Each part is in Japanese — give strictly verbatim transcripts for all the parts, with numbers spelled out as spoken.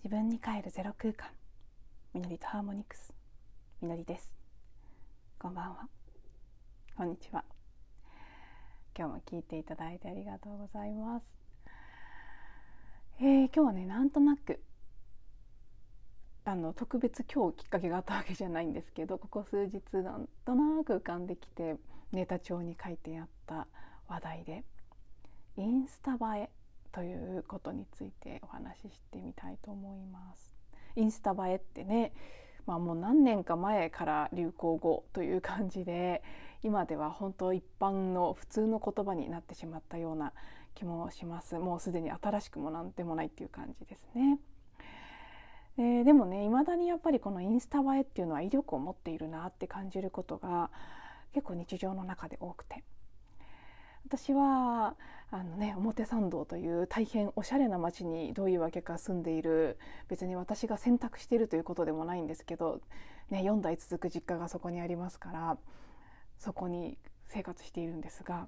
分に帰るゼロ空間、みのりとハーモニクス、みのりです。こんばんは、こんにちは。今日も聞いていただいてありがとうございます。えー、今日はね、なんとなくあの特別今日きっかけがあったわけじゃないんですけど、ここ数日なんとなく浮かんできてネタ帳に書いてあった話題で、インスタ映えということについてお話ししてみたいと思います。インスタ映えってね、まあ、もう何年か前から流行語という感じで、今では本当一般の普通の言葉になってしまったような気もします。もうすでに新しくもなんでもないっていう感じですね。えー、でもね、未だにやっぱりこのインスタ映えっていうのは威力を持っているなって感じることが結構日常の中で多くて、私はあの、ね、表参道という大変おしゃれな街にどういうわけか住んでいる、別に私が選択しているということでもないんですけど、ね、よん代続く実家がそこにありますから、そこに生活しているんですが、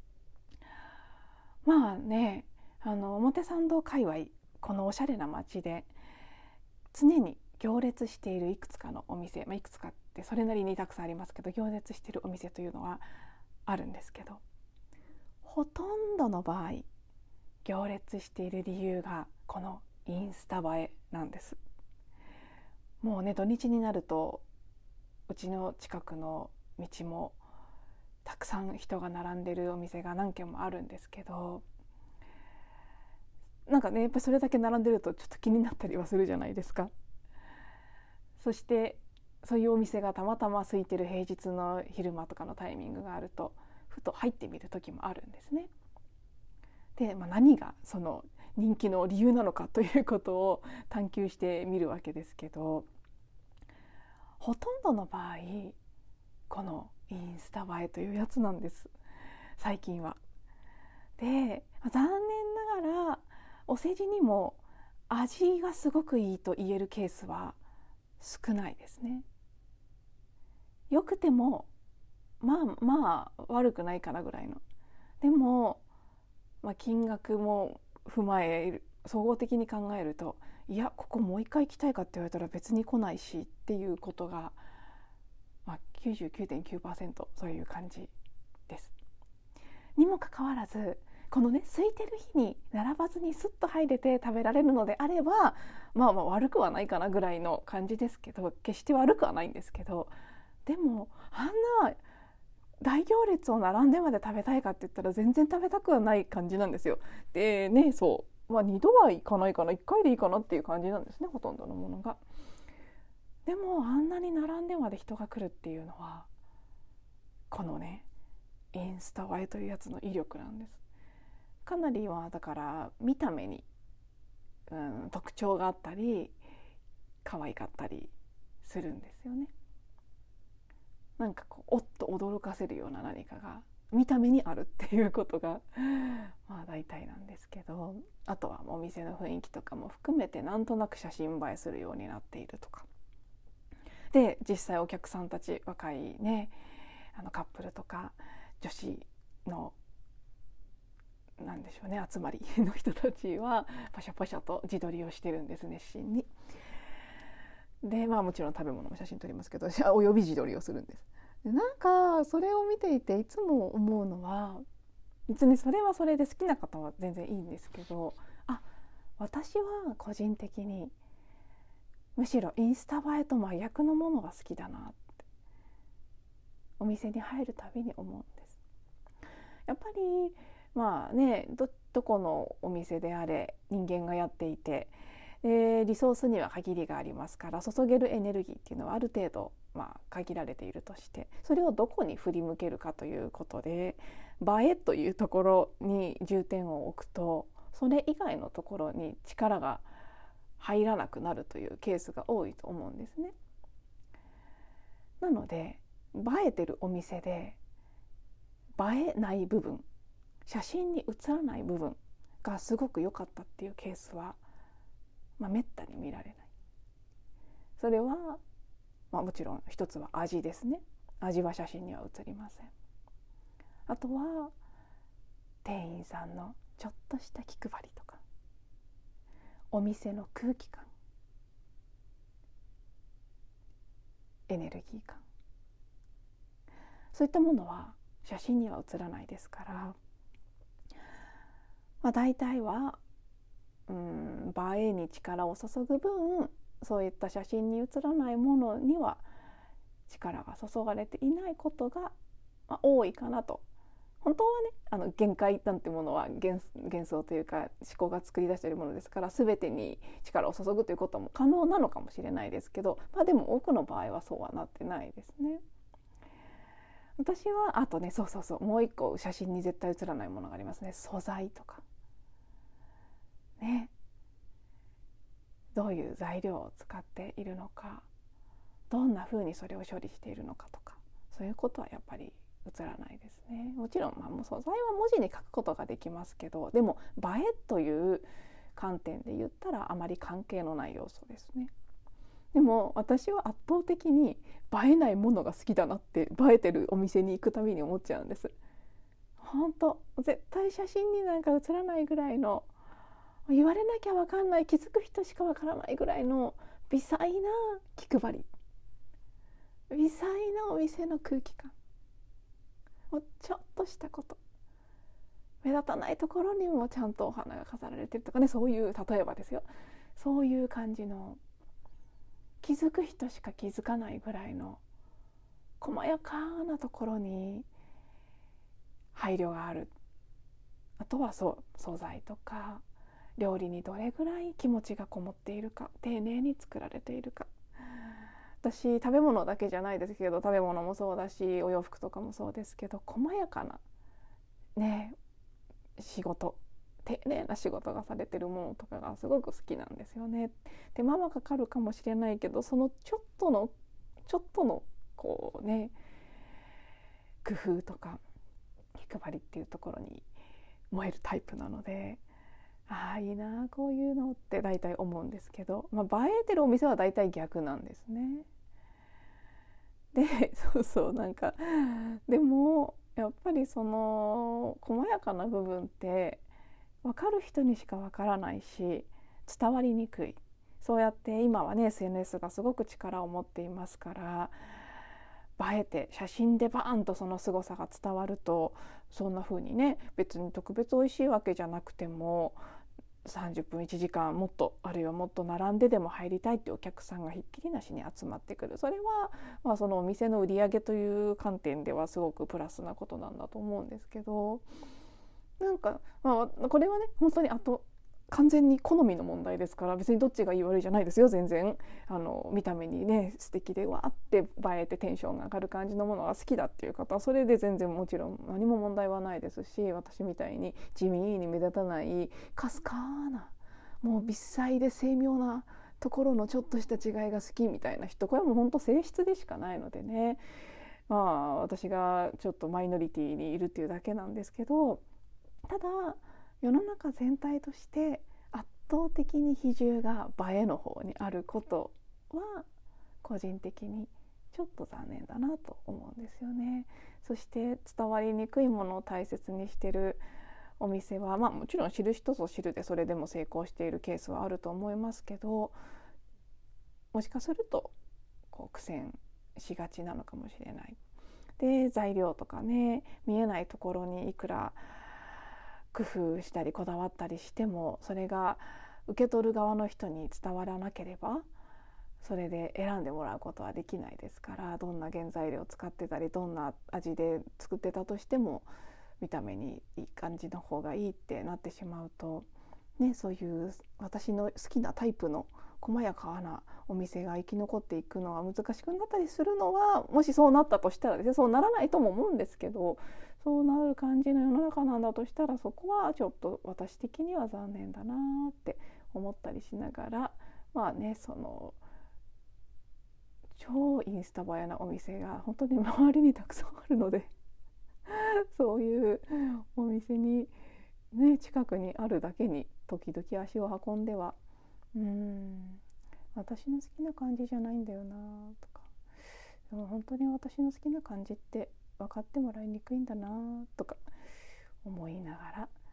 まあね、あの表参道界隈、このおしゃれな街で常に行列しているいくつかのお店、まあ、いくつかってそれなりにたくさんありますけど、行列しているお店というのはあるんですけど、ほとんどの場合行列している理由がこのインスタ映えなんです。もうね、土日になるとうちの近くの道もたくさん人が並んでるお店が何軒もあるんですけど、なんかね、やっぱりそれだけ並んでるとちょっと気になったりはするじゃないですか。そしてそういうお店がたまたま空いてる平日の昼間とかのタイミングがあると、ふと入ってみる時もあるんですね。で、まあ、何がその人気の理由なのかということを探求してみるわけですけど、ほとんどの場合このインスタ映えというやつなんです、最近は。で、残念ながらお世辞にも味がすごくいいと言えるケースは少ないですね。よくてもまあまあ悪くないかなぐらいの。でも、まあ、金額も踏まえる、総合的に考えると、いやここもう一回行きたいかって言われたら別に来ないしっていうことが、まあ、きゅうじゅうきゅうてんきゅうパーセント そういう感じです。にもかかわらず、このね、空いてる日に並ばずにスッと入れて食べられるのであれば、まあまあ悪くはないかなぐらいの感じですけど、決して悪くはないんですけど、でもあんな大行列を並んでまで食べたいかって言ったら全然食べたくはない感じなんですよ。でね、そう、まあ、にどはいかないかな、いっかいでいいかなっていう感じなんですね、ほとんどのものが。でもあんなに並んでまで人が来るっていうのは、このね、インスタ映えというやつの威力なんです。かなりはだから見た目に、うん、特徴があったり可愛かったりするんですよね。なんかこうおっと驚かせるような何かが見た目にあるっていうことがまあ大体なんですけど、あとはお店の雰囲気とかも含めてなんとなく写真映えするようになっているとかで、実際お客さんたち、若いね、あのカップルとか女子のなんでしょうね、集まりの人たちはパシャパシャと自撮りをしてるんです、熱心に。で、まあもちろん食べ物も写真撮りますけど、お呼び自撮りをするんです。で、なんかそれを見ていていつも思うのは、別にそれはそれで好きな方は全然いいんですけど、あ、私は個人的にむしろインスタ映えと真逆のものが好きだなってお店に入るたびに思うんです。やっぱりまあね、 ど, どこのお店であれ人間がやっていて、でリソースには限りがありますから、注げるエネルギーっていうのはある程度、まあ、限られているとして、それをどこに振り向けるかということで、映えというところに重点を置くと、それ以外のところに力が入らなくなるというケースが多いと思うんですね。なので映えてるお店で映えない部分、写真に写らない部分がすごく良かったっていうケースは、まあ、めったに見られない。それは、まあ、もちろん一つは味ですね。味は写真には写りません。あとは店員さんのちょっとした気配りとか、お店の空気感、 そういったものは写真には写らないですから、まあ、大体はうん映えに力を注ぐ分、そういった写真に写らないものには力が注がれていないことが、まあ、多いかなと。本当はね、あの限界なんてものは 幻, 幻想というか思考が作り出しているものですから、全てに力を注ぐということも可能なのかもしれないですけど、まあ、でも多くの場合はそうはなってないですね。私はあとね、そうそうそう、もう一個写真に絶対写らないものがありますね。素材とかね、どういう材料を使っているのか、どんな風にそれを処理しているのかとか、そういうことはやっぱり映らないですね。もちろん、まあ、もう素材は文字に書くことができますけど、でも映えという観点で言ったらあまり関係のない要素ですね。でも私は圧倒的に映えないものが好きだなって、映えてるお店に行くたびに思っちゃうんです。本当絶対写真になんか写らないぐらいの、言われなきゃ分かんない、気づく人しか分からないぐらいの微細な気配り、微細なお店の空気感、もうちょっとしたこと、目立たないところにもちゃんとお花が飾られてるとかね、そういう、例えばですよ、そういう感じの気づく人しか気づかないぐらいの細やかなところに配慮がある。あとはそう素材とか料理にどれぐらい気持ちがこもっているか、丁寧に作られているか。私食べ物だけじゃないですけど、食べ物もそうだしお洋服とかもそうですけど、細やかなね仕事、丁寧な仕事がされてるものとかがすごく好きなんですよね。手間はかかるかもしれないけど、そのちょっとのちょっとのこうね工夫とか気配りっていうところに燃えるタイプなので、ああいいなこういうのって大体思うんですけど、まあ、映えてるお店は大体逆なんですね。でそうそうなんかでもやっぱりその細やかな部分って分かる人にしか分からないし、伝わりにくい。そうやって今はね エスエヌエス がすごく力を持っていますから、映えて写真でバーンとその凄さが伝わると、そんな風にね別に特別美味しいわけじゃなくてもさんじゅっぷんいちじかんもっと、あるいはもっと並んででも入りたいっていうお客さんがひっきりなしに集まってくる。それは、まあ、そのお店の売り上げという観点ではすごくプラスなことなんだと思うんですけど、なんか、まあ、これはね本当にあと完全に好みの問題ですから、別にどっちがいい悪いじゃないですよ。全然あの見た目にね素敵でわーって映えてテンションが上がる感じのものが好きだっていう方はそれで全然もちろん何も問題はないですし、私みたいに地味に目立たないかすかなもう微細で精妙なところのちょっとした違いが好きみたいな人、これはもう本当性質でしかないのでね、まあ私がちょっとマイノリティにいるっていうだけなんですけど、ただ世の中全体として圧倒的に比重が映えの方にあることは個人的にちょっと残念だなと思うんですよね。そして伝わりにくいものを大切にしてるお店は、まあ、もちろん知る人ぞ知るでそれでも成功しているケースはあると思いますけど、もしかするとこう苦戦しがちなのかもしれない。で材料とかね見えないところにいくら工夫したりこだわったりしても、それが受け取る側の人に伝わらなければそれで選んでもらうことはできないですから、どんな原材料を使ってたりどんな味で作ってたとしても見た目にいい感じの方がいいってなってしまうと、ね、そういう私の好きなタイプの細やかなお店が生き残っていくのは難しくなったりするのは、もしそうなったとしたらですね、そうならないとも思うんですけど、そうなる感じの世の中なんだとしたら、そこはちょっと私的には残念だなって思ったりしながら、まあねその超インスタ映えなお店が本当に周りにたくさんあるのでそういうお店にね近くにあるだけに時々足を運んでは、うーん私の好きな感じじゃないんだよなとか、でも本当に私の好きな感じって分かってもらいにくいんだなとか思いながら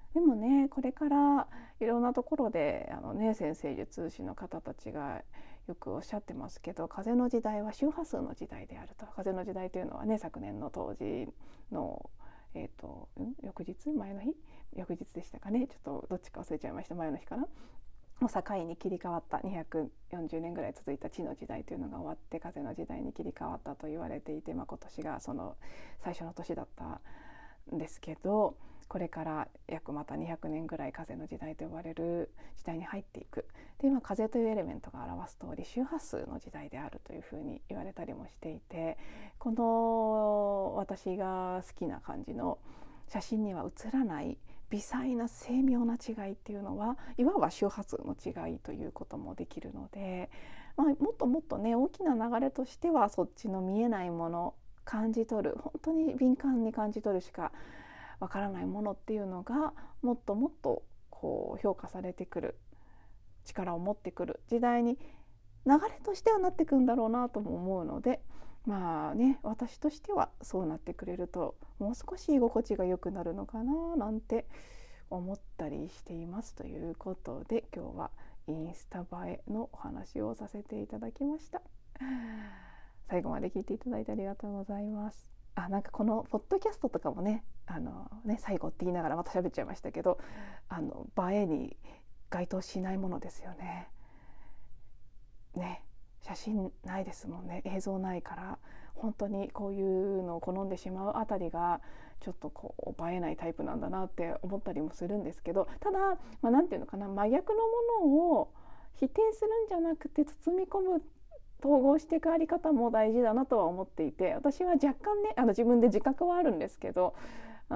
でもね、これからいろんなところであの、ね、先生術師の方たちがよくおっしゃってますけど、風の時代は周波数の時代であると。風の時代というのはね、昨年の冬至の、えーと、ん翌日前の日翌日でしたかね、ちょっとどっちか忘れちゃいました。前の日かなを境に切り替わった、にひゃくよんじゅうねんぐらい続いた地の時代というのが終わって風の時代に切り替わったと言われていて、まあ、今年がその最初の年だったんですけど、これから約またにひゃくねんぐらい風の時代と呼ばれる時代に入っていく。で、まあ、風というエレメントが表す通り周波数の時代であるというふうに言われたりもしていて、この私が好きな感じの写真には映らない微細な精妙な違いっていうのはいわば周波数の違いということもできるので、まあ、もっともっとね、大きな流れとしてはそっちの見えないもの、感じ取る、本当に敏感に感じ取るしかわからないものっていうのがもっともっとこう評価されてくる、力を持ってくる時代に流れとしてはなってくんだろうなとも思うので、まあね、私としてはそうなってくれるともう少し居心地が良くなるのかななんて思ったりしています。ということで今日はインスタ映えのお話をさせていただきました。最後まで聞いていただいてありがとうございます。あ、なんかこのポッドキャストとかもね、あのね最後って言いながらまた喋っちゃいましたけど、あの映えに該当しないものですよね。ね、写真ないですもんね、映像ないから、本当にこういうのを好んでしまうあたりがちょっとこう映えないタイプなんだなって思ったりもするんですけど、ただ、まあ、なんていうのかな、真逆のものを否定するんじゃなくて包み込む、統合していくあり方も大事だなとは思っていて、私は若干ね、あの自分で自覚はあるんですけど、うん、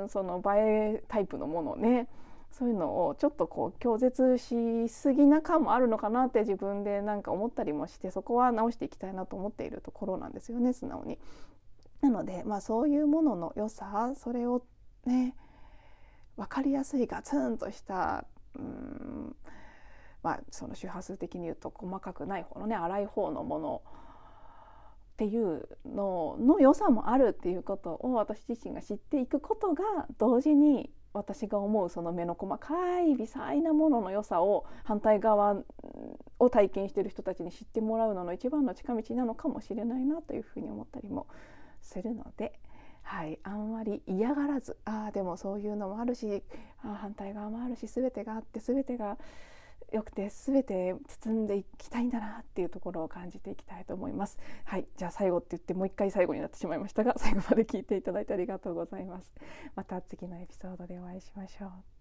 その映えタイプのものね、そういうのをちょっとこう拒絶しすぎな感もあるのかなって自分でなんか思ったりもして、そこは直していきたいなと思っているところなんですよね、素直に。なので、まあ、そういうものの良さ、それをね、分かりやすいガツンとした、うーん、まあ、その周波数的に言うと細かくない方のね、粗い方のものっていうのの良さもあるっていうことを私自身が知っていくことが、同時に私が思うその目の細かい微細なものの良さを反対側を体験している人たちに知ってもらうのの一番の近道なのかもしれないなというふうに思ったりもするので、はい、あんまり嫌がらず、ああでもそういうのもあるし、ああ反対側もあるし、全てがあって全てがよくて全て包んでいきたいんだなっていうところを感じていきたいと思います。はい、じゃあ最後って言ってもう一回最後になってしまいましたが、最後まで聞いていただいてありがとうございます。また次のエピソードでお会いしましょう。